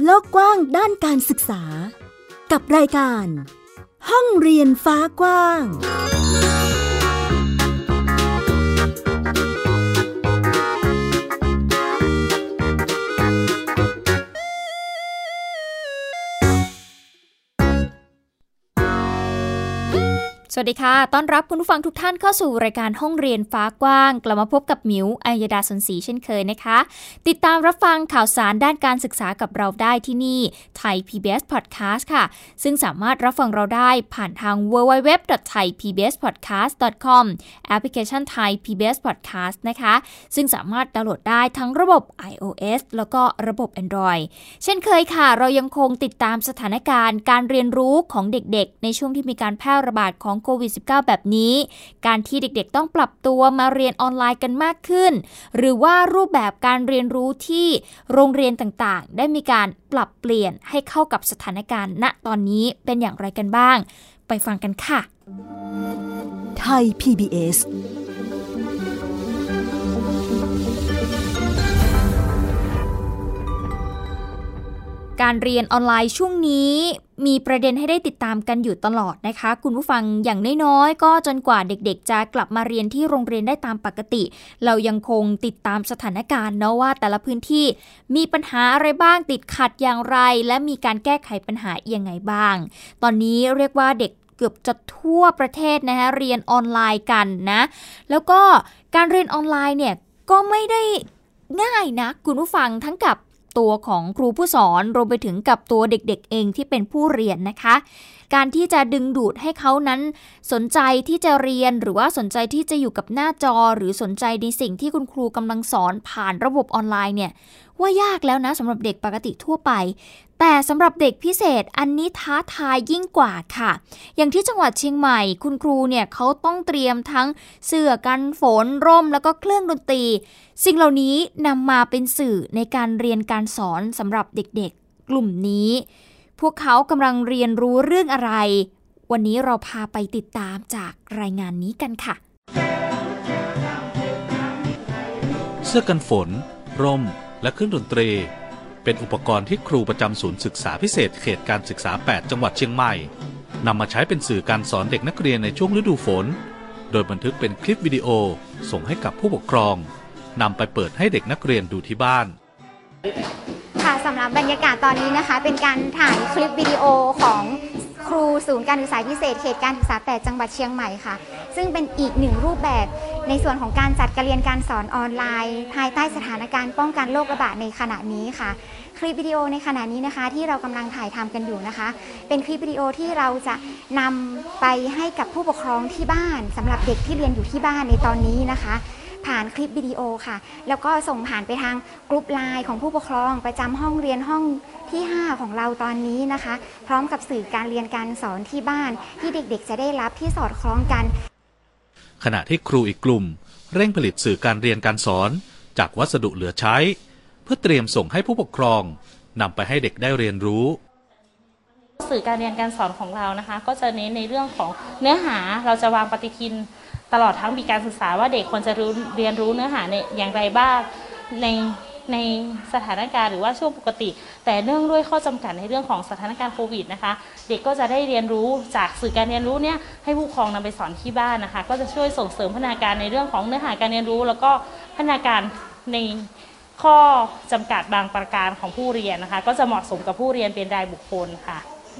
โลกกว้างด้านการศึกษากับรายการห้องเรียนฟ้ากว้างสวัสดีค่ะต้อนรับคุณผู้ฟังทุกท่านเข้าสู่รายการห้องเรียนฟ้ากว้างกลับมาพบกับหมิวอัยดาสนศรีเช่นเคยนะคะติดตามรับฟังข่าวสารด้านการศึกษากับเราได้ที่นี่ไทย PBS Podcast ค่ะซึ่งสามารถรับฟังเราได้ผ่านทาง www.thaipbspodcast.com แอปพลิเคชัน Thai PBS Podcast นะคะซึ่งสามารถดาวน์โหลดได้ทั้งระบบ iOS แล้วก็ระบบ Android เช่นเคยค่ะเรายังคงติดตามสถานการณ์การเรียนรู้ของเด็กๆในช่วงที่มีการแพร่ระบาดของโควิด -19 แบบนี้การที่เด็กๆต้องปรับตัวมาเรียนออนไลน์กันมากขึ้นหรือว่ารูปแบบการเรียนรู้ที่โรงเรียนต่างๆได้มีการปรับเปลี่ยนให้เข้ากับสถานการณ์ณตอนนี้เป็นอย่างไรกันบ้างไปฟังกันค่ะไทย PBS การเรียนออนไลน์ช่วงนี้มีประเด็นให้ได้ติดตามกันอยู่ตลอดนะคะคุณผู้ฟังอย่างน้อยๆก็จนกว่าเด็กๆจะกลับมาเรียนที่โรงเรียนได้ตามปกติเรายังคงติดตามสถานการณ์เนาะว่าแต่ละพื้นที่มีปัญหาอะไรบ้างติดขัดอย่างไรและมีการแก้ไขปัญหายังไงบ้างตอนนี้เรียกว่าเด็กเกือบจะทั่วประเทศนะคะเรียนออนไลน์กันนะแล้วก็การเรียนออนไลน์เนี่ยก็ไม่ได้ง่ายนะคุณผู้ฟังทั้งกับตัวของครูผู้สอนรวมไปถึงกับตัวเด็กๆเองที่เป็นผู้เรียนนะคะการที่จะดึงดูดให้เขานั้นสนใจที่จะเรียนหรือว่าสนใจที่จะอยู่กับหน้าจอหรือสนใจในสิ่งที่คุณครูกำลังสอนผ่านระบบออนไลน์เนี่ยว่ายากแล้วนะสำหรับเด็กปกติทั่วไปแต่สำหรับเด็กพิเศษอันนี้ท้าทายยิ่งกว่าค่ะอย่างที่จังหวัดเชียงใหม่คุณครูเนี่ยเขาต้องเตรียมทั้งเสื้อกันฝนร่มแล้วก็เครื่องดนตรีสิ่งเหล่านี้นำมาเป็นสื่อในการเรียนการสอนสำหรับเด็กๆกลุ่มนี้พวกเขากำลังเรียนรู้เรื่องอะไรวันนี้เราพาไปติดตามจากรายงานนี้กันค่ะเสื้อกันฝนร่มและเครื่องดนตรีเป็นอุปกรณ์ที่ครูประจำศูนย์ศึกษาพิเศษเขตการศึกษา8จังหวัดเชียงใหม่นำมาใช้เป็นสื่อการสอนเด็กนักเรียนในช่วงฤดูฝนโดยบันทึกเป็นคลิปวิดีโอส่งให้กับผู้ปกครองนำไปเปิดให้เด็กนักเรียนดูที่บ้านค่ะสำหรับบรรยากาศตอนนี้นะคะเป็นการถ่ายคลิปวิดีโอของครูศูนย์การศึกษาพิเศษเขตการศึกษา8จังหวัดเชียงใหม่ค่ะซึ่งเป็นอีกหนึ่งรูปแบบในส่วนของการจัดการเรียนการสอนออนไลน์ภายใต้สถานการณ์ป้องกันโรคระบาดในขณะนี้ค่ะคลิปวิดีโอในขณะนี้นะคะที่เรากำลังถ่ายทำกันอยู่นะคะเป็นคลิปวิดีโอที่เราจะนำไปให้กับผู้ปกครองที่บ้านสำหรับเด็กที่เรียนอยู่ที่บ้านในตอนนี้นะคะผ่านคลิปวิดีโอค่ะแล้วก็ส่งผ่านไปทางกลุ่มไลน์ของผู้ปกครองประจำห้องเรียนห้องที่5ของเราตอนนี้นะคะพร้อมกับสื่อการเรียนการสอนที่บ้านที่เด็กๆจะได้รับที่สอดคล้องกันขณะที่ครูอีกกลุ่มเร่งผลิตสื่อการเรียนการสอนจากวัสดุเหลือใช้เพื่อเตรียมส่งให้ผู้ปกครองนำไปให้เด็กได้เรียนรู้สื่อการเรียนการสอนของเรานะคะก็จะเน้นในเรื่องของเนื้อหาเราจะวางปฏิทินตลอดทั้งปีการศึกษาว่าเด็กควรจะเรียนรู้เนื้อหาในอย่างไรบ้างในสถานการณ์หรือว่าช่วงปกติแต่เนื่องด้วยข้อจำกัดในเรื่องของสถานการณ์โควิดนะคะเด็กก็จะได้เรียนรู้จากสื่อการเรียนรู้เนี่ยให้ผู้ปกครองนำไปสอนที่บ้านนะคะก็จะช่วยส่งเสริมพัฒนาการในเรื่องของเนื้อหาการเรียนรู้แล้วก็พัฒนาการในข้อจำกัดบางประการของผู้เรียนนะคะก็จะเหมาะสมกับผู้เรียนเป็นรายบุคคลค่ะ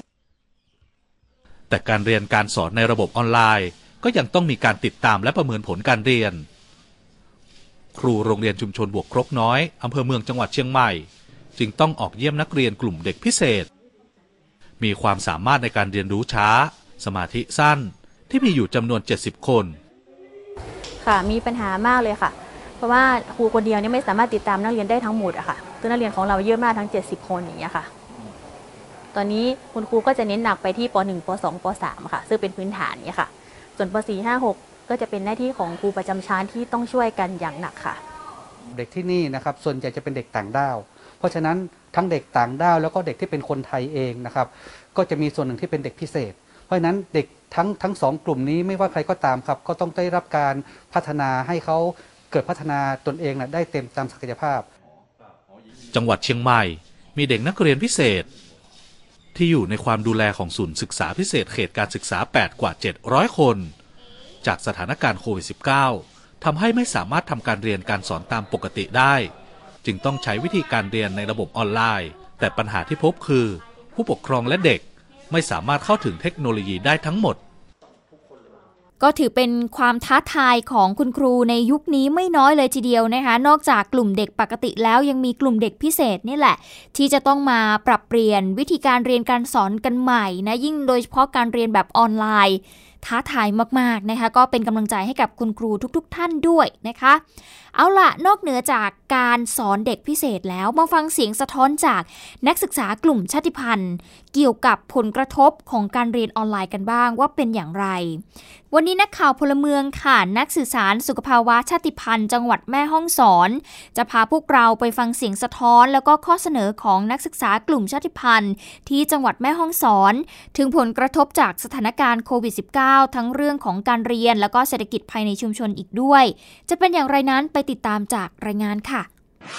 แต่การเรียนการสอนในระบบออนไลน์ก็ยังต้องมีการติดตามและประเมินผลการเรียนครูโรงเรียนชุมชนบวกครกน้อยอำเภอเมืองจังหวัดเชียงใหม่จึงต้องออกเยี่ยมนักเรียนกลุ่มเด็กพิเศษมีความสามารถในการเรียนรู้ช้าสมาธิสั้นที่มีอยู่จำนวน70คนค่ะมีปัญหามากเลยค่ะเพราะว่าครูคนเดียวนี่ไม่สามารถติดตามนักเรียนได้ทั้งหมดอะค่ะคือนักเรียนของเราเยอะมากทั้ง70คนอย่างเงี้ยค่ะตอนนี้คุณครูก็จะเน้นหนักไปที่ป.1 ป.2 ป.3 ค่ะซึ่งเป็นพื้นฐานเนี่ยค่ะส่วนป.4 5 6ก็จะเป็นหน้าที่ของครูประจำชั้นที่ต้องช่วยกันอย่างหนักค่ะเด็กที่นี่นะครับส่วนใหญ่จะเป็นเด็กต่างด้าวเพราะฉะนั้นทั้งเด็กต่างด้าวแล้วก็เด็กที่เป็นคนไทยเองนะครับก็จะมีส่วนหนึ่งที่เป็นเด็กพิเศษเพราะฉะนั้นเด็กทั้งสองกลุ่มนี้ไม่ว่าใครก็ตามครับก็ต้องได้รับการพัฒนาให้เขาเกิดพัฒนาตนเองได้เต็มตามศักยภาพจังหวัดเชียงใหม่มีเด็กนักเรียนพิเศษที่อยู่ในความดูแลของศูนย์ศึกษาพิเศษเขตการศึกษา8กว่า700คนจากสถานการณ์โควิด -19 ทำให้ไม่สามารถทำการเรียนการสอนตามปกติได้จึงต้องใช้วิธีการเรียนในระบบออนไลน์แต่ปัญหาที่พบคือผู้ปกครองและเด็กไม่สามารถเข้าถึงเทคโนโลยีได้ทั้งหมดก็ถือเป็นความท้าทายของคุณครูในยุคนี้ไม่น้อยเลยทีเดียวนะคะนอกจากกลุ่มเด็กปกติแล้วยังมีกลุ่มเด็กพิเศษนี่แหละที่จะต้องมาปรับเปลี่ยนวิธีการเรียนการสอนกันใหม่นะยิ่งโดยเฉพาะการเรียนแบบออนไลน์ท้าทายมากๆนะคะก็เป็นกำลังใจให้กับคุณครูทุกๆท่านด้วยนะคะเอาล่ะนอกเหนือจากการสอนเด็กพิเศษแล้วมาฟังเสียงสะท้อนจากนักศึกษากลุ่มชาติพันธุ์เกี่ยวกับผลกระทบของการเรียนออนไลน์กันบ้างว่าเป็นอย่างไรวันนี้นักข่าวพลเมืองค่ะนักสื่อสารสุขภาวะชาติพันธุ์จังหวัดแม่ฮ่องสอนจะพาพวกเราไปฟังเสียงสะท้อนแล้วก็ข้อเสนอของนักศึกษากลุ่มชาติพันธุ์ที่จังหวัดแม่ฮ่องสอนถึงผลกระทบจากสถานการณ์โควิด -19 ทั้งเรื่องของการเรียนแล้วก็เศรษฐกิจภายในชุมชนอีกด้วยจะเป็นอย่างไรนั้นไปติดตามจากรายงานค่ะ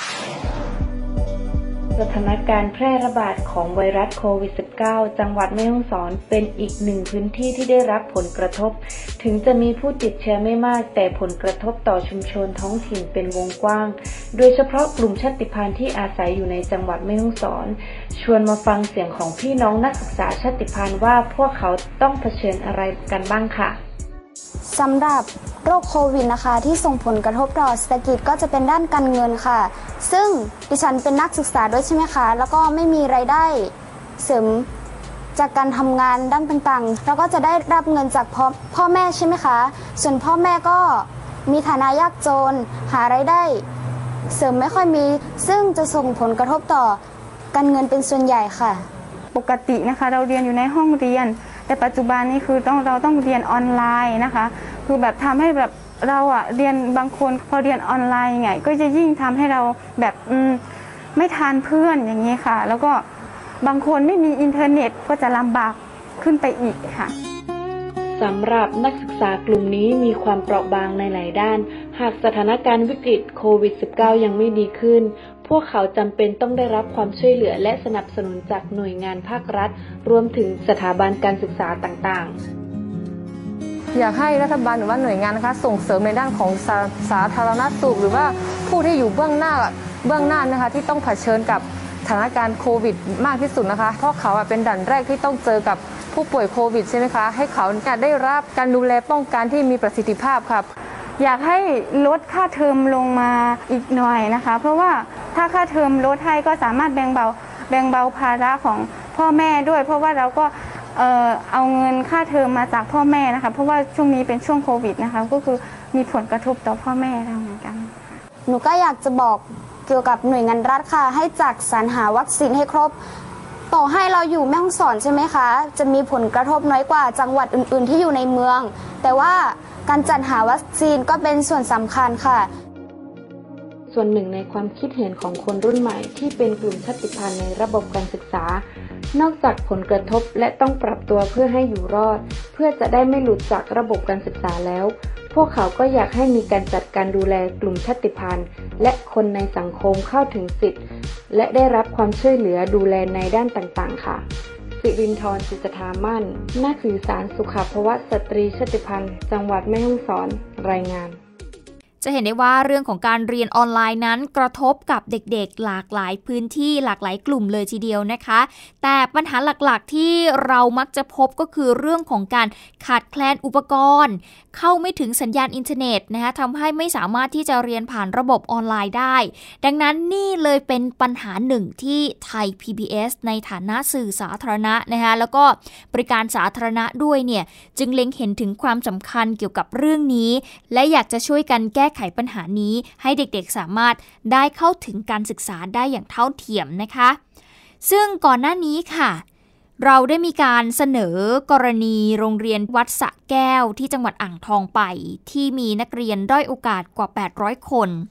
สถานการณ์แพร่ระบาดของไวรัสโควิด -19 จังหวัดแม่ฮ่องสอนเป็นอีกหนึ่งพื้นที่ที่ได้รับผลกระทบถึงจะมีผู้ติดเชื้อไม่มากแต่ผลกระทบต่อชุมชนท้องถิ่นเป็นวงกว้างโดยเฉพาะกลุ่มชาติพันธุ์ที่อาศัยอยู่ในจังหวัดแม่ฮ่องสอนชวนมาฟังเสียงของพี่น้องนักศึกษาชาติพันธุ์ว่าพวกเขาต้องเผชิญอะไรกันบ้างค่ะสำหรับโรคโควิดนะคะที่ส่งผลกระทบต่อเศรษฐกิจก็จะเป็นด้านการเงินค่ะซึ่งดิฉันเป็นนักศึกษาด้วยใช่ไหมคะแล้วก็ไม่มีรายได้เสริมจากการทำงานด้านต่างๆแล้วก็จะได้รับเงินจากพ่อแม่ใช่ไหมคะส่วนพ่อแม่ก็มีฐานะยากจนหารายได้เสริมไม่ค่อยมีซึ่งจะส่งผลกระทบต่อการเงินเป็นส่วนใหญ่ค่ะปกตินะคะเราเรียนอยู่ในห้องเรียนแต่ปัจจุบันนี้คือเราต้องเรียนออนไลน์นะคะคือแบบทำให้แบบเราเรียนบางคนพอเรียนออนไลน์ไงก็จะยิ่งทำให้เราแบบไม่ทานเพื่อนอย่างนี้ค่ะแล้วก็บางคนไม่มีอินเทอร์เน็ตก็จะลำบากขึ้นไปอีกค่ะสำหรับนักศึกษากลุ่มนี้มีความเปราะบางในหลายด้านหากสถานการณ์วิกฤตโควิด -19 ยังไม่ดีขึ้นพวกเขาจำเป็นต้องได้รับความช่วยเหลือและสนับสนุนจากหน่วยงานภาครัฐรวมถึงสถาบันการศึกษาต่างๆอยากให้รัฐบาลหรือว่าหน่วยงานนะคะส่งเสริมในด้านของสาธารณสุขหรือว่าผู้ที่อยู่เบื้องหน้านะคะที่ต้องเผชิญกับสถานการณ์โควิดมากที่สุดนะคะเพราะเขาเป็นด่านแรกที่ต้องเจอกับผู้ป่วยโควิดใช่ไหมคะให้เขาได้รับการดูแลป้องกันที่มีประสิทธิภาพครับอยากให้ลดค่าเทอมลงมาอีกหน่อยนะคะเพราะว่าถ้าค่าเทอมลดให้ก็สามารถแบ่งเบาภาระของพ่อแม่ด้วยเพราะว่าเราก็เอาเงินค่าเทอมมาจากพ่อแม่นะคะเพราะว่าช่วงนี้เป็นช่วงโควิดนะคะก็คือมีผลกระทบต่อพ่อแม่เราเหมือนกันหนูก็อยากจะบอกเกี่ยวกับหน่วยงานรัฐค่ะให้จัดสรรหาวัคซีนให้ครบต่อให้เราอยู่แม่ฮ่องสอนใช่ไหมคะจะมีผลกระทบน้อยกว่าจังหวัดอื่นๆที่อยู่ในเมืองแต่ว่าการจัดหาวัคซีนก็เป็นส่วนสำคัญค่ะส่วนหนึ่งในความคิดเห็นของคนรุ่นใหม่ที่เป็นกลุ่มชาติพันธุ์ในระบบการศึกษานอกจากผลกระทบและต้องปรับตัวเพื่อให้อยู่รอดเพื่อจะได้ไม่หลุดจากระบบการศึกษาแล้วพวกเขาก็อยากให้มีการจัดการดูแลกลุ่มชาติพันธุ์และคนในสังคมเข้าถึงสิทธิ์และได้รับความช่วยเหลือดูแลในด้านต่างๆค่ะสิรินทร์ จิตธามั่นนักสื่อสารสุขภาวะสตรีชาติพันธุ์จังหวัดแม่ฮ่องสอนรายงานจะเห็นได้ว่าเรื่องของการเรียนออนไลน์นั้นกระทบกับเด็กๆหลากหลายพื้นที่หลากหลายกลุ่มเลยทีเดียวนะคะแต่ปัญหาหลักๆที่เรามักจะพบก็คือเรื่องของการขาดแคลนอุปกรณ์เข้าไม่ถึงสัญญาณอินเทอร์เน็ตนะคะทำให้ไม่สามารถที่จะเรียนผ่านระบบออนไลน์ได้ดังนั้นนี่เลยเป็นปัญหาหนึ่งที่ไทย PBS ในฐานะสื่อสาธารณะนะคะแล้วก็บริการสาธารณะด้วยเนี่ยจึงเล็งเห็นถึงความสำคัญเกี่ยวกับเรื่องนี้และอยากจะช่วยกันแก้ไขปัญหานี้ให้เด็กๆสามารถได้เข้าถึงการศึกษาได้อย่างเท่าเทียมนะคะซึ่งก่อนหน้านี้ค่ะเราได้มีการเสนอกรณีโรงเรียนวัดสระแก้วที่จังหวัดอ่างทองไปที่มีนักเรียนด้อยโอกาสกว่า800คน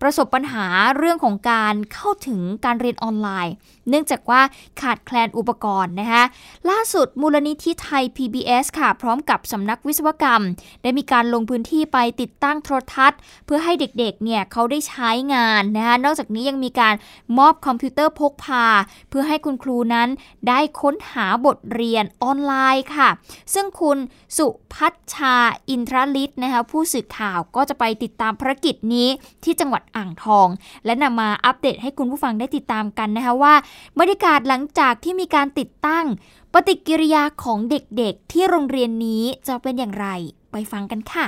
ประสบปัญหาเรื่องของการเข้าถึงการเรียนออนไลน์เนื่องจากว่าขาดแคลนอุปกรณ์นะคะล่าสุดมูลนิธิไทย PBS ค่ะพร้อมกับสำนักวิศวกรรมได้มีการลงพื้นที่ไปติดตั้งโทรทัศน์เพื่อให้เด็กๆเนี่ยเขาได้ใช้งานนะคะนอกจากนี้ยังมีการมอบคอมพิวเตอร์พกพาเพื่อให้คุณครูนั้นได้ค้นหาบทเรียนออนไลน์ค่ะซึ่งคุณสุพัชชาอินทรฤทธิ์นะคะผู้สื่อข่าวก็จะไปติดตามภารกิจนี้ที่จังหวัดอ่างทองและนำมาอัปเดตให้คุณผู้ฟังได้ติดตามกันนะคะว่าบรรยากาศหลังจากที่มีการติดตั้งปฏิกิริยาของเด็กๆที่โรงเรียนนี้จะเป็นอย่างไรไปฟังกันค่ะ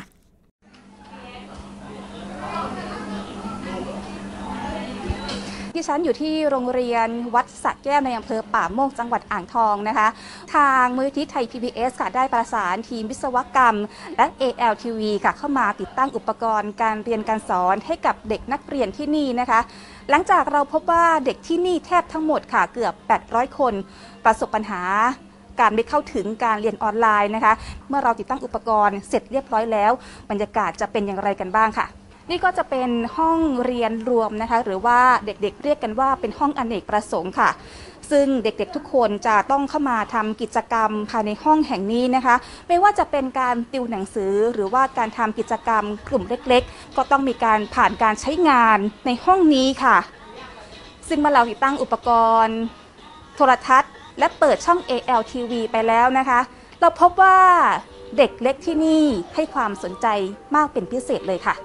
ที่ฉันอยู่ที่โรงเรียนวัดสระแก้วในอำเภอป่าโมกจังหวัดอ่างทองนะคะทางมูลนิธิไทย PBS ค่ะได้ประสานทีมวิศวกรรมและ ALTV ค่ะเข้ามาติดตั้งอุปกรณ์การเรียนการสอนให้กับเด็กนักเรียนที่นี่นะคะหลังจากเราพบว่าเด็กที่นี่แทบทั้งหมดค่ะเกือบ800คนประสบปัญหาการไม่เข้าถึงการเรียนออนไลน์นะคะเมื่อเราติดตั้งอุปกรณ์เสร็จเรียบร้อยแล้วบรรยากาศจะเป็นอย่างไรกันบ้างค่ะนี่ก็จะเป็นห้องเรียนรวมนะคะหรือว่าเด็กๆเรียกกันว่าเป็นห้องอเนกประสงค์ค่ะซึ่งเด็กๆทุกคนจะต้องเข้ามาทำกิจกรรมภายในห้องแห่งนี้นะคะไม่ว่าจะเป็นการติวหนังสือหรือว่าการทำกิจกรรมกลุ่มเล็กๆก็ต้องมีการผ่านการใช้งานในห้องนี้ค่ะซึ่งเมื่อเราติดตั้งอุปกรณ์โทรทัศน์และเปิดช่อง ALTV ไปแล้วนะคะเราพบว่าเด็กเล็กที่นี่ให้ความสนใจมากเป็นพิเศษเลยค่ะ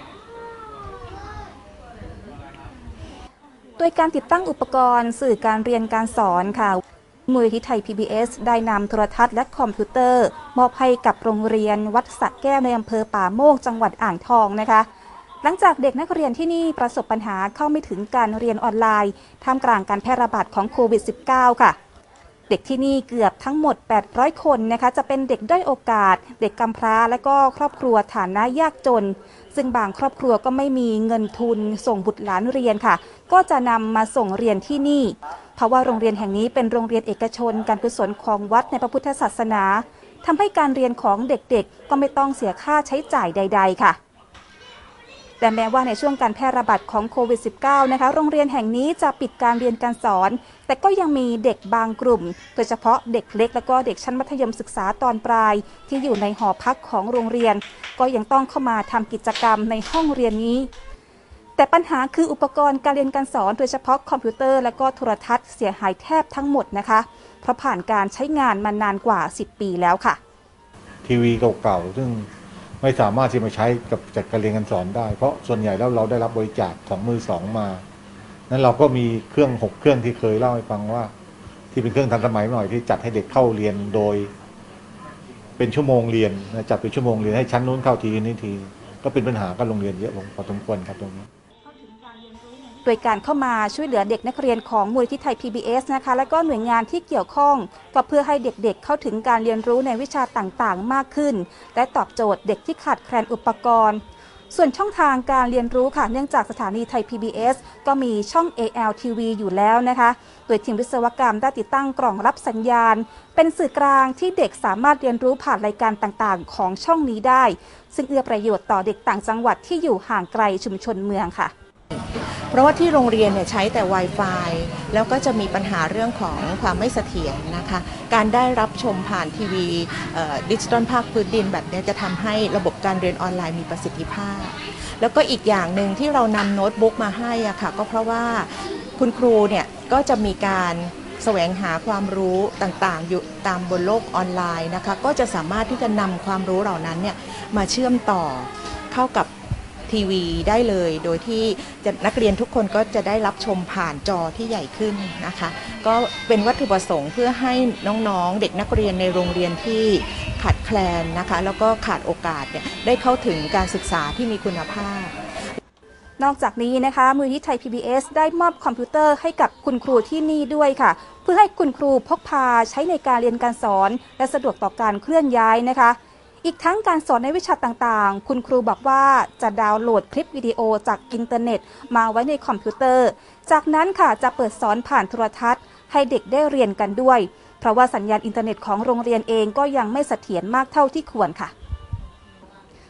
โดยการติดตั้งอุปกรณ์สื่อการเรียนการสอนค่ะมูลนิธิไทย PBS ได้นำโทรทัศน์และคอมพิวเตอร์มอบให้กับโรงเรียนวัดสระแก้วในอำเภอป่าโมกจังหวัดอ่างทองนะคะหลังจากเด็กนักเรียนที่นี่ประสบปัญหาเข้าไม่ถึงการเรียนออนไลน์ท่ามกลางการแพร่ระบาดของโควิด -19 ค่ะเด็กที่นี่เกือบทั้งหมด800คนนะคะจะเป็นเด็กด้อยโอกาสเด็กกำพร้าและก็ครอบครัวฐานะยากจนซึ่งบางครอบครัวก็ไม่มีเงินทุนส่งบุตรหลานเรียนค่ะก็จะนำมาส่งเรียนที่นี่เพราะว่าโรงเรียนแห่งนี้เป็นโรงเรียนเอกชนการกุศลของวัดในพระพุทธศาสนาทำให้การเรียนของเด็กๆก็ไม่ต้องเสียค่าใช้จ่ายใดๆค่ะแต่แม้ว่าในช่วงการแพร่ระบาดของโควิด -19 นะคะโรงเรียนแห่งนี้จะปิดการเรียนการสอนแต่ก็ยังมีเด็กบางกลุ่มโดยเฉพาะเด็กเล็กและก็เด็กชั้นมัธยมศึกษาตอนปลายที่อยู่ในหอพักของโรงเรียนก็ยังต้องเข้ามาทำกิจกรรมในห้องเรียนนี้แต่ปัญหาคืออุปกรณ์การเรียนการสอนโดยเฉพาะคอมพิวเตอร์และก็โทรทัศน์เสียหายแทบทั้งหมดนะคะเพราะผ่านการใช้งานมานานกว่า10 ปีแล้วค่ะทีวีเก่าๆซึ่งไม่สามารถที่มาใช้กับจัดการเรียนการสอนได้เพราะส่วนใหญ่แล้วเราได้รับบริจาคของมือสองมานั้นเราก็มีเครื่อง6 เครื่องที่เคยเล่าให้ฟังว่าที่เป็นเครื่องทันสมัยหน่อยที่จัดให้เด็กเข้าเรียนโดยเป็นชั่วโมงเรียนจัดเป็นชั่วโมงเรียนให้ชั้นนู้นเข้าทีนี้ทีก็เป็นปัญหากับโรงเรียนเยอะลงพอสมควรครับตรงนี้โดยการเข้ามาช่วยเหลือเด็กนักเรียนของมูลนิธิไทย PBS นะคะและก็หน่วยงานที่เกี่ยวข้องก็เพื่อให้เด็กๆเข้าถึงการเรียนรู้ในวิชาต่างๆมากขึ้นและตอบโจทย์เด็กที่ขาดแคลนอุปกรณ์ส่วนช่องทางการเรียนรู้ค่ะเนื่องจากสถานีไทย PBS ก็มีช่อง ALTV อยู่แล้วนะคะโดยทีมวิศวกรรมได้ติดตั้งกล่องรับสัญญาณเป็นสื่อกลางที่เด็กสามารถเรียนรู้ผ่านรายการต่างๆของช่องนี้ได้ซึ่งเอื้อประโยชน์ต่อเด็กต่างจังหวัดที่อยู่ห่างไกลชุมชนเมืองค่ะเพราะว่าที่โรงเรียนเนี่ยใช้แต่ Wi-Fi แล้วก็จะมีปัญหาเรื่องของความไม่เสถียรนะคะการได้รับชมผ่านทีวีดิจิตอลภาคพื้นดินแบบนี้จะทำให้ระบบการเรียนออนไลน์มีประสิทธิภาพแล้วก็อีกอย่างหนึ่งที่เรานำโน้ตบุ๊กมาให้อะค่ะก็เพราะว่าคุณครูเนี่ยก็จะมีการแสวงหาความรู้ต่างๆอยู่ตามบนโลกออนไลน์นะคะก็จะสามารถที่จะนำความรู้เหล่านั้นเนี่ยมาเชื่อมต่อเข้ากับทีวีได้เลยโดยที่นักเรียนทุกคนก็จะได้รับชมผ่านจอที่ใหญ่ขึ้นนะคะก็เป็นวัตถุประสงค์เพื่อให้น้องๆเด็กนักเรียนในโรงเรียนที่ขาดแคลนนะคะแล้วก็ขาดโอกาสเนี่ยได้เข้าถึงการศึกษาที่มีคุณภาพนอกจากนี้นะคะมูลนิธิไทย PBS ได้มอบคอมพิวเตอร์ให้กับคุณครูที่นี่ด้วยค่ะเพื่อให้คุณครูพกพาใช้ในการเรียนการสอนและสะดวกต่อการเคลื่อนย้ายนะคะอีกทั้งการสอนในวิชาต่างๆคุณครูบอกว่าจะดาวน์โหลดคลิปวิดีโอจากอินเทอร์เน็ตมาไว้ในคอมพิวเตอร์จากนั้นค่ะจะเปิดสอนผ่านโทรทัศน์ให้เด็กได้เรียนกันด้วยเพราะว่าสัญญาณอินเทอร์เน็ตของโรงเรียนเองก็ยังไม่เสถียรมากเท่าที่ควรค่ะ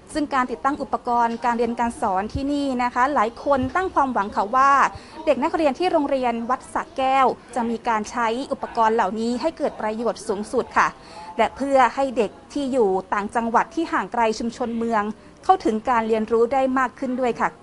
ซึ่งการติดตั้งอุปกรณ์การเรียนการสอนที่นี่นะคะหลายคนตั้งความหวังค่ะว่าเด็กนักเรียนที่โรงเรียนวัดสระแก้วจะมีการใช้อุปกรณ์เหล่านี้ให้เกิดประโยชน์สูงสุดค่ะและเพื่อให้เด็กที่อยู่ต่างจังหวัดที่ห่างไกลชุมชนเมืองเข้าถึงการเรียนรู้ได้มากขึ้นด้วยค่ะ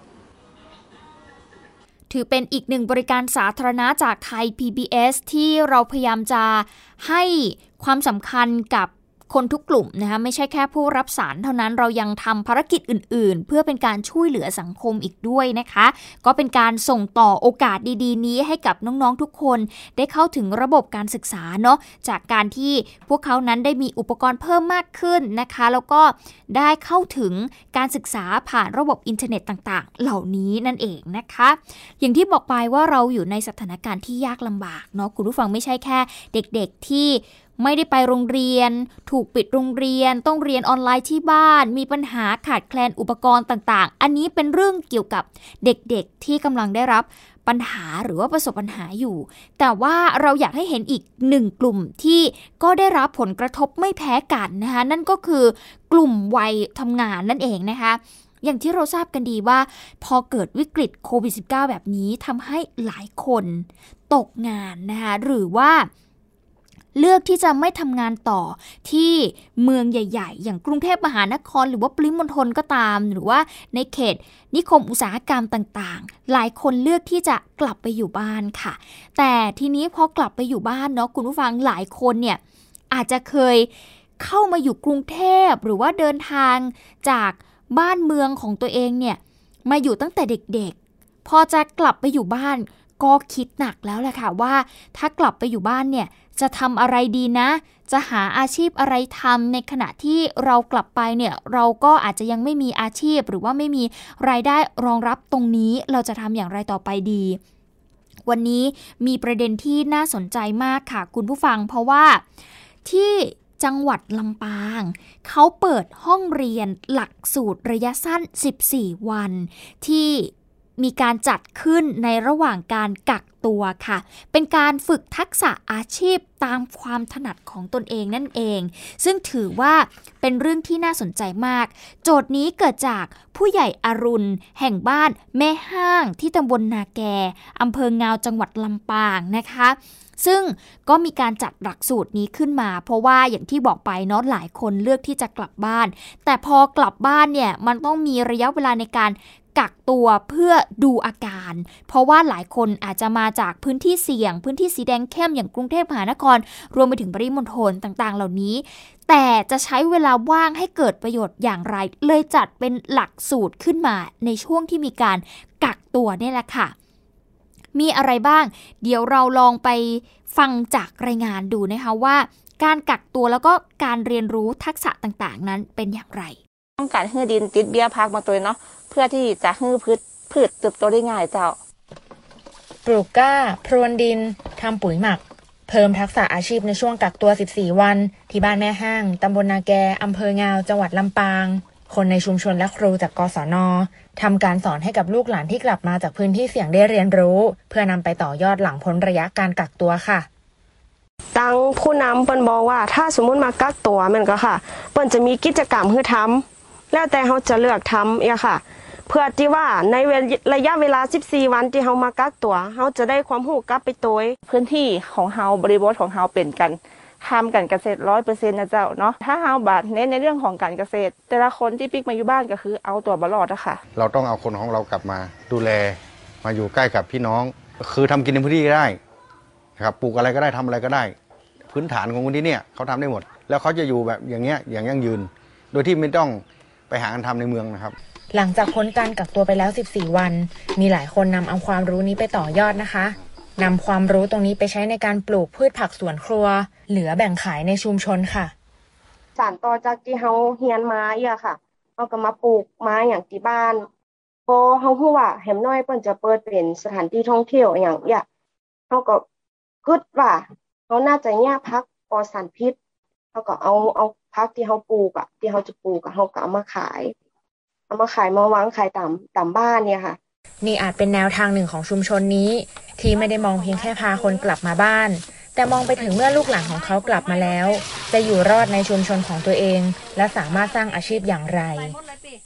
ถือเป็นอีกหนึ่งบริการสาธารณะจากไทย PBS ที่เราพยายามจะให้ความสำคัญกับคนทุกกลุ่มนะคะไม่ใช่แค่ผู้รับสารเท่านั้นเรายังทำภารกิจอื่นๆเพื่อเป็นการช่วยเหลือสังคมอีกด้วยนะคะก็เป็นการส่งต่อโอกาสดีๆนี้ให้กับน้องๆทุกคนได้เข้าถึงระบบการศึกษาเนาะจากการที่พวกเขานั้นได้มีอุปกรณ์เพิ่มมากขึ้นนะคะแล้วก็ได้เข้าถึงการศึกษาผ่านระบบอินเทอร์เน็ตต่างๆเหล่านี้นั่นเองนะคะอย่างที่บอกไปว่าเราอยู่ในสถานการณ์ที่ยากลำบากเนาะคุณผู้ฟังไม่ใช่แค่เด็กๆที่ไม่ได้ไปโรงเรียนถูกปิดโรงเรียนต้องเรียนออนไลน์ที่บ้านมีปัญหาขาดแคลนอุปกรณ์ต่างๆอันนี้เป็นเรื่องเกี่ยวกับเด็กๆที่กำลังได้รับปัญหาหรือว่าประสบปัญหาอยู่แต่ว่าเราอยากให้เห็นอีกหนึ่งกลุ่มที่ก็ได้รับผลกระทบไม่แพ้กันนะคะนั่นก็คือกลุ่มวัยทำงานนั่นเองนะคะอย่างที่เราทราบกันดีว่าพอเกิดวิกฤตโควิด -19 แบบนี้ทำให้หลายคนตกงานนะคะหรือว่าเลือกที่จะไม่ทำงานต่อที่เมืองใหญ่ๆอย่างกรุงเทพมหานครหรือว่าปริมณฑลก็ตามหรือว่าในเขตนิคมอุตสาหกรรมต่างๆหลายคนเลือกที่จะกลับไปอยู่บ้านค่ะแต่ทีนี้พอกลับไปอยู่บ้านเนาะคุณผู้ฟังหลายคนเนี่ยอาจจะเคยเข้ามาอยู่กรุงเทพหรือว่าเดินทางจากบ้านเมืองของตัวเองเนี่ยมาอยู่ตั้งแต่เด็กๆพอจะกลับไปอยู่บ้านก็คิดหนักแล้วแหละค่ะว่าถ้ากลับไปอยู่บ้านเนี่ยจะทำอะไรดีนะจะหาอาชีพอะไรทำในขณะที่เรากลับไปเนี่ยเราก็อาจจะยังไม่มีอาชีพหรือว่าไม่มีรายได้รองรับตรงนี้เราจะทำอย่างไรต่อไปดีวันนี้มีประเด็นที่น่าสนใจมากค่ะคุณผู้ฟังเพราะว่าที่จังหวัดลำปางเขาเปิดห้องเรียนหลักสูตรระยะสั้น14วันที่มีการจัดขึ้นในระหว่างการกักตัวค่ะเป็นการฝึกทักษะอาชีพตามความถนัดของตนเองนั่นเองซึ่งถือว่าเป็นเรื่องที่น่าสนใจมากโจทย์นี้เกิดจากผู้ใหญ่อรุณแห่งบ้านแม่ห้างที่ตำบลนาแกอำเภองาวจังหวัดลำปางนะคะซึ่งก็มีการจัดหลักสูตรนี้ขึ้นมาเพราะว่าอย่างที่บอกไปเนาะหลายคนเลือกที่จะกลับบ้านแต่พอกลับบ้านเนี่ยมันต้องมีระยะเวลาในการกักตัวเพื่อดูอาการเพราะว่าหลายคนอาจจะมาจากพื้นที่เสี่ยงพื้นที่สีแดงเข้มอย่างกรุงเทพมหานครรวมไปถึงปริมณฑลต่างๆเหล่านี้แต่จะใช้เวลาว่างให้เกิดประโยชน์อย่างไรเลยจัดเป็นหลักสูตรขึ้นมาในช่วงที่มีการกักตัวนี่แหละค่ะมีอะไรบ้างเดี๋ยวเราลองไปฟังจากรายงานดูนะคะว่าการกักตัวแล้วก็การเรียนรู้ทักษะต่างๆนั้นเป็นอย่างไรต้องการให้ดินติดเบี้ยพักมาตัวเนาะเพื่อที่จะให้พืชเติบโตได้ง่ายเจ้าปลูกกล้าพรวนดินทำปุ๋ยหมักเพิ่มทักษะอาชีพในช่วงกักตัว14วันที่บ้านแม่ห้างตำบลนาแกอำเภองาวจังหวัดลำปางคนในชุมชนและครูจากกศน.ทำการสอนให้กับลูกหลานที่กลับมาจากพื้นที่เสี่ยงได้เรียนรู้เพื่อนำไปต่อยอดหลังพ้นระยะการกักตัวค่ะตั้งผู้นำเปิ้นบอกว่าถ้าสมมุติมากักตัวมันก็ค่ะเปิ้นจะมีกิจกรรมให้ทำแล้วแต่เขาจะเลือกทำค่ะเพื่อที่ว่าในระยะเวลา14วันที่เขามากักตัวเขาจะได้ความรู้กลับไปตัวพื้นที่ของเขาบริบทของเขาเป็นกันทำกันเกษตร 100% นะเจ้าเนาะถ้าเฮาบาดเน้นในเรื่องของการเกษตรแต่ละคนที่ปิกมาอยู่บ้านก็คือเอาตัวบรอดอะค่ะเราต้องเอาคนของเรากลับมาดูแลมาอยู่ใกล้กับพี่น้องคือทำกินในพื้นที่ได้ครับปลูกอะไรก็ได้ทำอะไรก็ได้พื้นฐานของคนที่เนี่ยเขาทำได้หมดแล้วเขาจะอยู่แบบอย่างเงี้ยอย่างยั่งยืนโดยที่ไม่ต้องไปหากันทำในเมืองนะครับหลังจากพ้นการกักตัวไปแล้ว14วันมีหลายคนนำเอาความรู้นี้ไปต่อยอดนะคะนำความรู้ตรงนี้ไปใช้ในการปลูกพืชผักสวนครัวเหลือแบ่งขายในชุมชนค่ะสานต่อจากที่เฮาเฮียนมาค่ะเฮาก็มาปลูกไม้อย่างที่บ้านพอเฮาฮู้ว่าแหมน้อยเปิ้นจะเปิดเป็นสถานที่ท่องเที่ยวอย่างเฮาก็คิดว่าเฮาน่าจะแยกผักปลอดสารพิษเฮาก็เอาผักที่เฮาปลูกที่เฮาจะปลูกเฮาก็เอามาขายมาวางขายตามบ้านเนี่ยค่ะนี่อาจเป็นแนวทางหนึ่งของชุมชนนี้ที่ไม่ได้มองเพียงแค่พาคนกลับมาบ้านแต่มองไปถึงเมื่อลูกหลานของเขากลับมาแล้วจะอยู่รอดในชุมชนของตัวเองและสามารถสร้างอาชีพอย่างไร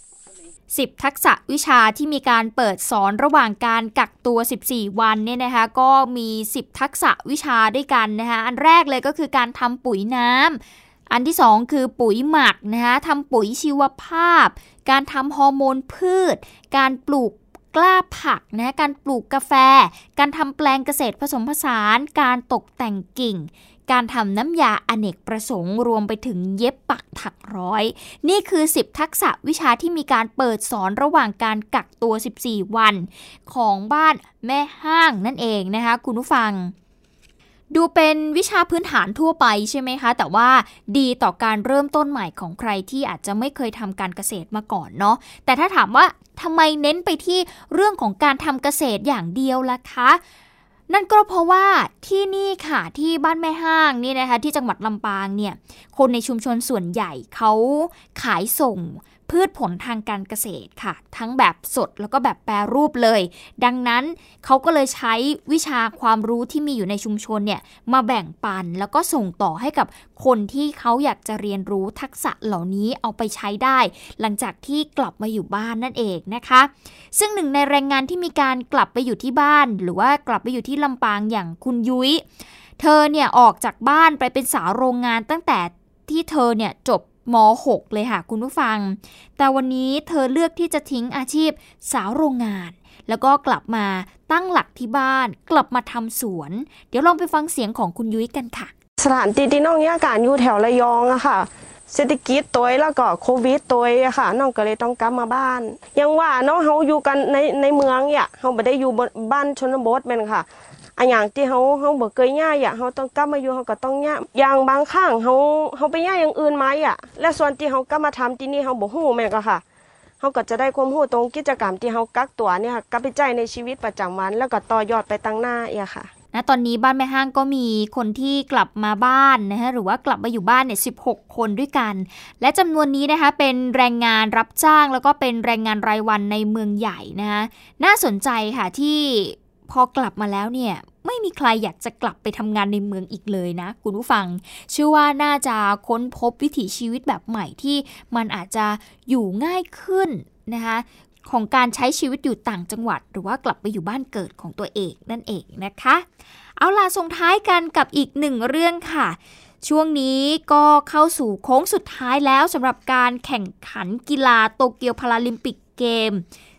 10 ทักษะวิชาที่มีการเปิดสอนระหว่างการกักตัว14วันเนี่ยนะคะก็มี10ทักษะวิชาด้วยกันนะคะอันแรกเลยก็คือการทำปุ๋ยน้ำอันที่2คือปุ๋ยหมักนะคะทำปุ๋ยชีวภาพการทำฮอร์โมนพืชการปลูกกล้าผักนะการปลูกกาแฟการทำแปลงเกษตรผสมผสานการตกแต่งกิ่งการทำน้ำยาอเนกประสงค์รวมไปถึงเย็บปักถักร้อยนี่คือ10ทักษะวิชาที่มีการเปิดสอนระหว่างการกักตัว14วันของบ้านแม่ห้างนั่นเองนะคะคุณผู้ฟังดูเป็นวิชาพื้นฐานทั่วไปใช่ไหมคะแต่ว่าดีต่อการเริ่มต้นใหม่ของใครที่อาจจะไม่เคยทำการเกษตรมาก่อนเนาะแต่ถ้าถามว่าทำไมเน้นไปที่เรื่องของการทำเกษตรอย่างเดียวล่ะคะนั่นก็เพราะว่าที่นี่ค่ะที่บ้านแม่ห้างนี่นะคะที่จังหวัดลำปางเนี่ยคนในชุมชนส่วนใหญ่เขาขายส่งพืชผลทางการเกษตรค่ะทั้งแบบสดแล้วก็แบบแปรรูปเลยดังนั้นเขาก็เลยใช้วิชาความรู้ที่มีอยู่ในชุมชนเนี่ยมาแบ่งปันแล้วก็ส่งต่อให้กับคนที่เขาอยากจะเรียนรู้ทักษะเหล่านี้เอาไปใช้ได้หลังจากที่กลับมาอยู่บ้านนั่นเองนะคะซึ่งหนึ่งในแรงงานที่มีการกลับไปอยู่ที่บ้านหรือว่ากลับไปอยู่ที่ลำปางอย่างคุณยุ้ยเธอเนี่ยออกจากบ้านไปเป็นสาวโรงงานตั้งแต่ที่เธอเนี่ยจบม.6 เลยค่ะคุณผู้ฟังแต่วันนี้เธอเลือกที่จะทิ้งอาชีพสาวโรงงานแล้วก็กลับมาตั้งหลักที่บ้านกลับมาทำสวนเดี๋ยวลองไปฟังเสียงของคุณยุ้ยกันค่ะสถานที่ที่น้องเนี่ยการอยู่แถวระยองอะค่ะเศรษฐกิจตัวแล้วก็โควิดตัวอะค่ะน้องก็เลยต้องกลับมาบ้านยังว่าน้องเฮาอยู่กันในเมืองเนี่ยเฮาบ่ได้อยู่บ้านชนบทแม่นค่ะอันอย่างที่เฮาบ่เคยย่าอ่ะเฮาต้องกลับมาอยู่เฮาก็ต้องย่าอย่างบางครั้งเฮาไปย่าอย่างอื่นมาอ่ะและส่วนที่เฮากลับมาทำที่นี่เฮาบ่ฮู้แม่นก็ค่ะเฮาก็จะได้ความรู้ตรงกิจกรรมที่เฮากักตัวเนี่ยค่ะกลับไปใช้ในชีวิตประจำวันแล้วก็ต่อยอดไปตั้งหน้าอีกค่ะณตอนนี้บ้านแม่ห้างก็มีคนที่กลับมาบ้านนะคะหรือว่ากลับมาอยู่บ้านเนี่ย16คนด้วยกันและจำนวนนี้นะคะเป็นแรงงานรับจ้างแล้วก็เป็นแรงงานรายวันในเมืองใหญ่นะคะน่าสนใจค่ะที่พอกลับมาแล้วเนี่ยไม่มีใครอยากจะกลับไปทำงานในเมืองอีกเลยนะคุณผู้ฟังเชื่อว่าน่าจะค้นพบวิถีชีวิตแบบใหม่ที่มันอาจจะอยู่ง่ายขึ้นนะคะของการใช้ชีวิตอยู่ต่างจังหวัดหรือว่ากลับไปอยู่บ้านเกิดของตัวเองนั่นเองนะคะเอาล่ะส่งท้ายกันกับอีกหนึ่งเรื่องค่ะช่วงนี้ก็เข้าสู่โค้งสุดท้ายแล้วสำหรับการแข่งขันกีฬาโตเกียวพาราลิมปิกเกม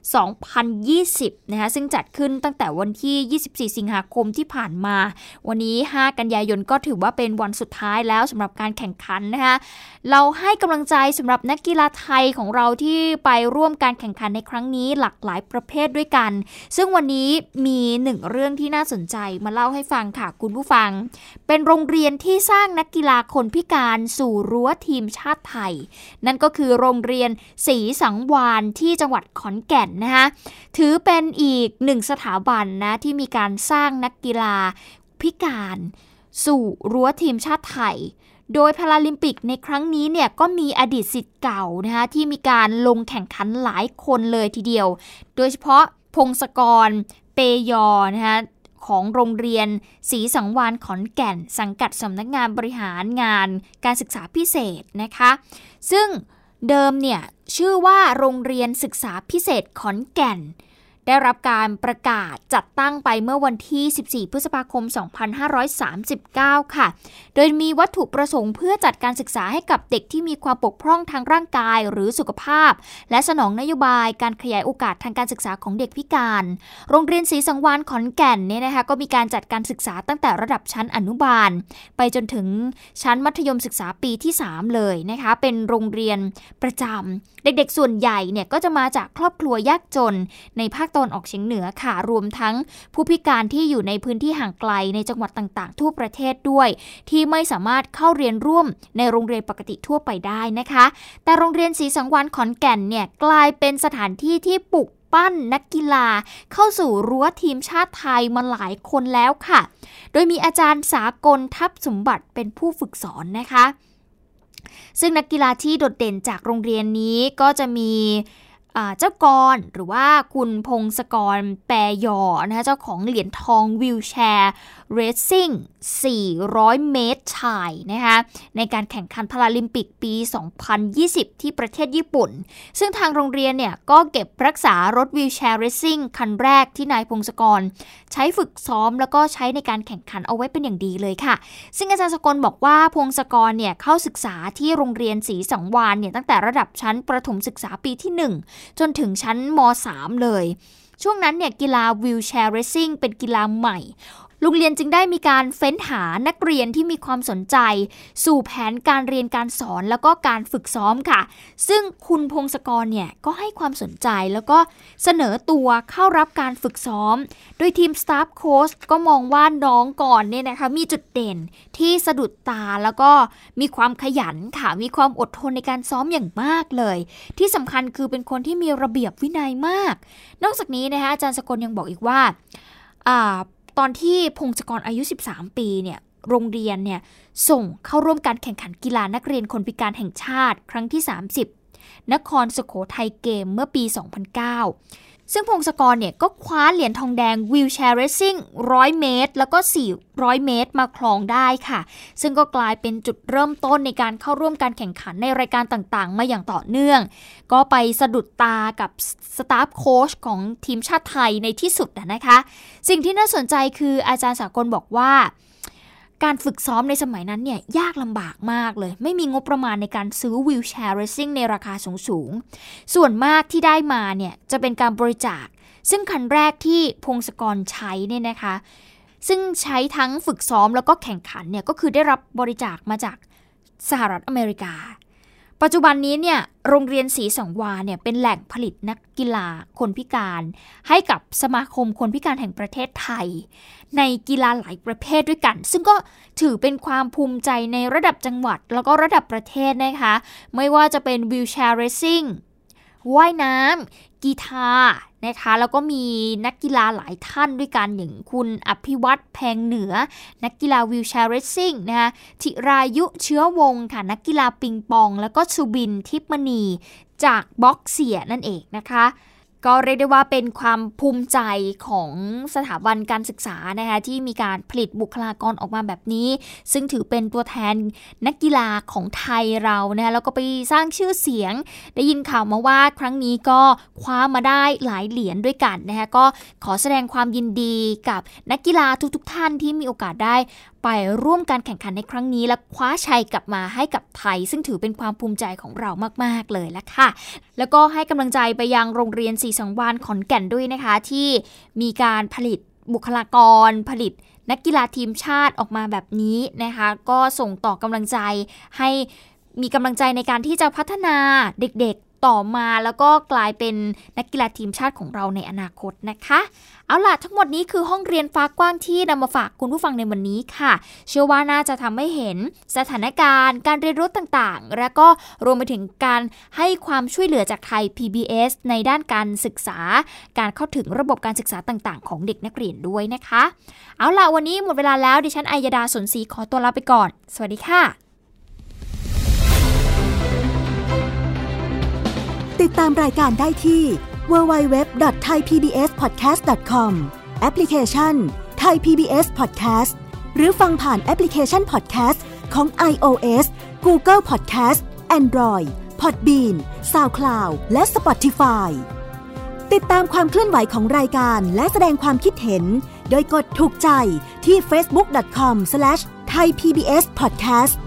2020นะคะซึ่งจัดขึ้นตั้งแต่วันที่24สิงหาคมที่ผ่านมาวันนี้5กันยายนก็ถือว่าเป็นวันสุดท้ายแล้วสำหรับการแข่งขันนะคะเราให้กำลังใจสำหรับนักกีฬาไทยของเราที่ไปร่วมการแข่งขันในครั้งนี้หลากหลายประเภทด้วยกันซึ่งวันนี้มี1เรื่องที่น่าสนใจมาเล่าให้ฟังค่ะคุณผู้ฟังเป็นโรงเรียนที่สร้างนักกีฬาคนพิการสู่รั้วทีมชาติไทยนั่นก็คือโรงเรียนศรีสังวาลที่จังหวัดขอนแก่นนะคะถือเป็นอีก1สถาบันนะที่มีการสร้างนักกีฬาพิการสู่รั้วทีมชาติไทยโดยพาราลิมปิกในครั้งนี้เนี่ยก็มีอดีตศิษย์เก่านะคะที่มีการลงแข่งขันหลายคนเลยทีเดียวโดยเฉพาะพงศกรเปยอนะคะของโรงเรียนศรีสังวาลขอนแก่นสังกัดสำนักงานบริหารงานการศึกษาพิเศษนะคะซึ่งเดิมเนี่ยชื่อว่าโรงเรียนศึกษาพิเศษขอนแก่นได้รับการประกาศจัดตั้งไปเมื่อวันที่14พฤษภาคม2539ค่ะโดยมีวัตถุประสงค์เพื่อจัดการศึกษาให้กับเด็กที่มีความบกพร่องทางร่างกายหรือสุขภาพและสนองนโยบายการขยายโอกาสทางการศึกษาของเด็กพิการโรงเรียนศรีสังวาลขอนแก่นเนี่ยนะคะก็มีการจัดการศึกษาตั้งแต่ระดับชั้นอนุบาลไปจนถึงชั้นมัธยมศึกษาปีที่3เลยนะคะเป็นโรงเรียนประจำเด็กๆส่วนใหญ่เนี่ยก็จะมาจากครอบครัวยากจนในภาคตะวันออกเฉียงเหนือค่ะรวมทั้งผู้พิการที่อยู่ในพื้นที่ห่างไกลในจังหวัดต่างๆทั่วประเทศด้วยที่ไม่สามารถเข้าเรียนร่วมในโรงเรียนปกติทั่วไปได้นะคะแต่โรงเรียนศรีสังวาลขอนแก่นเนี่ยกลายเป็นสถานที่ที่ปลุกปั้นนักกีฬาเข้าสู่รั้วทีมชาติไทยมาหลายคนแล้วค่ะโดยมีอาจารย์สากลทัพสมบัติเป็นผู้ฝึกสอนนะคะซึ่งนักกีฬาที่โดดเด่นจากโรงเรียนนี้ก็จะมีเจ้ากรหรือว่าคุณพงศกรแปรยอนะคะเจ้าของเหรียญทองวีลแชร์เรซซิ่ง400 เมตรชายนะคะในการแข่งขันพาราลิมปิกปี 2020 ที่ประเทศญี่ปุ่นซึ่งทางโรงเรียนเนี่ยก็เก็บรักษารถวีลแชร์เรซซิ่งคันแรกที่นายพงศกรใช้ฝึกซ้อมแล้วก็ใช้ในการแข่งขันเอาไว้เป็นอย่างดีเลยค่ะซึ่งอาจารย์สกลบอกว่าพงศกรเนี่ยเข้าศึกษาที่โรงเรียนศรีสังวาลเนี่ยตั้งแต่ระดับชั้นประถมศึกษาปีที่1จนถึงชั้นม.3 เลยช่วงนั้นเนี่ยกีฬาวีลแชร์เรซซิ่งเป็นกีฬาใหม่โรงเรียนจึงได้มีการเฟ้นหานักเรียนที่มีความสนใจสู่แผนการเรียนการสอนแล้วก็การฝึกซ้อมค่ะซึ่งคุณพงศกรเนี่ยก็ให้ความสนใจแล้วก็เสนอตัวเข้ารับการฝึกซ้อมโดยทีมสตาฟโค้ชก็มองว่าน้องก่อนเนี่ยนะคะมีจุดเด่นที่สะดุดตาแล้วก็มีความขยันค่ะมีความอดทนในการซ้อมอย่างมากเลยที่สำคัญคือเป็นคนที่มีระเบียบวินัยมากนอกจากนี้นะคะอาจารย์สกลยังบอกอีกว่าตอนที่พงศกรอายุ13ปีเนี่ยโรงเรียนเนี่ยส่งเข้าร่วมการแข่งขันกีฬานักเรียนคนพิการแห่งชาติครั้งที่30นครสุโขทัยเกมเมื่อปี 2009ซึ่งพงศกรเนี่ยก็คว้าเหรียญทองแดงวีลแชร์เรซซิ่ง100 เมตรแล้วก็400 เมตรมาครองได้ค่ะซึ่งก็กลายเป็นจุดเริ่มต้นในการเข้าร่วมการแข่งขันในรายการต่างๆมาอย่างต่อเนื่องก็ไปสะดุดตากับสตาฟโค้ชของทีมชาติไทยในที่สุดนะคะสิ่งที่น่าสนใจคืออาจารย์สากลบอกว่าการฝึกซ้อมในสมัยนั้นเนี่ยยากลำบากมากเลยไม่มีงบประมาณในการซื้อวีลแชร์เรซซิ่งในราคาสูงส่วนมากที่ได้มาเนี่ยจะเป็นการบริจาคซึ่งคันแรกที่พงศกรใช้เนี่ยนะคะซึ่งใช้ทั้งฝึกซ้อมแล้วก็แข่งขันเนี่ยก็คือได้รับบริจาคมาจากสหรัฐอเมริกาปัจจุบันนี้เนี่ยโรงเรียนศรีสังวาลเนี่ยเป็นแหล่งผลิตนักกีฬาคนพิการให้กับสมาคมคนพิการแห่งประเทศไทยในกีฬาหลายประเภทด้วยกันซึ่งก็ถือเป็นความภูมิใจในระดับจังหวัดแล้วก็ระดับประเทศนะคะไม่ว่าจะเป็นวีลแชร์เรซซิ่งว่ายน้ำกีฬานะคะแล้วก็มีนักกีฬาหลายท่านด้วยกันอย่างคุณอภิวัตรแพงเหนือนักกีฬาวีลแชร์เรซซิ่งนะคะธิรายุเชื้อวงศ์ค่ะนักกีฬาปิงปองแล้วก็สุบินทิพมณีจากบ็อกเซียนั่นเองนะคะก็เรียกได้ว่าเป็นความภูมิใจของสถาบันการศึกษานะคะที่มีการผลิตบุคลากรออกมาแบบนี้ซึ่งถือเป็นตัวแทนนักกีฬาของไทยเรานะคะแล้วก็ไปสร้างชื่อเสียงได้ยินข่าวมาว่าครั้งนี้ก็คว้ามาได้หลายเหรียญด้วยกันนะคะก็ขอแสดงความยินดีกับนักกีฬาทุกท่านที่มีโอกาสได้ไปร่วมการแข่งขันในครั้งนี้และคว้าชัยกลับมาให้กับไทยซึ่งถือเป็นความภูมิใจของเรามากๆเลยละค่ะแล้วก็ให้กำลังใจไปยังโรงเรียนศรีสังวาลขอนแก่นด้วยนะคะที่มีการผลิตบุคลากรผลิตนักกีฬาทีมชาติออกมาแบบนี้นะคะก็ส่งต่อกำลังใจให้มีกำลังใจในการที่จะพัฒนาเด็กๆต่อมาแล้วก็กลายเป็นนักกีฬาทีมชาติของเราในอนาคตนะคะเอาล่ะทั้งหมดนี้คือห้องเรียนฟ้ากว้างที่นำมาฝากคุณผู้ฟังในวันนี้ค่ะเชื่อว่าน่าจะทำให้เห็นสถานการณ์การเรียนรู้ต่างๆและก็รวมไปถึงการให้ความช่วยเหลือจากไทย PBS ในด้านการศึกษาการเข้าถึงระบบการศึกษาต่างๆของเด็กนักเรียนด้วยนะคะเอาล่ะวันนี้หมดเวลาแล้วดิฉันอัยดาสนศรีขอตัวลาไปก่อนสวัสดีค่ะติดตามรายการได้ที่ www.thaipbspodcast.com แอปพลิเคชัน Thai PBS Podcast หรือฟังผ่านแอปพลิเคชัน Podcast ของ iOS Google Podcast Android Podbean SoundCloud และ Spotify ติดตามความเคลื่อนไหวของรายการและแสดงความคิดเห็นโดยกดถูกใจที่ facebook.com/thaipbspodcast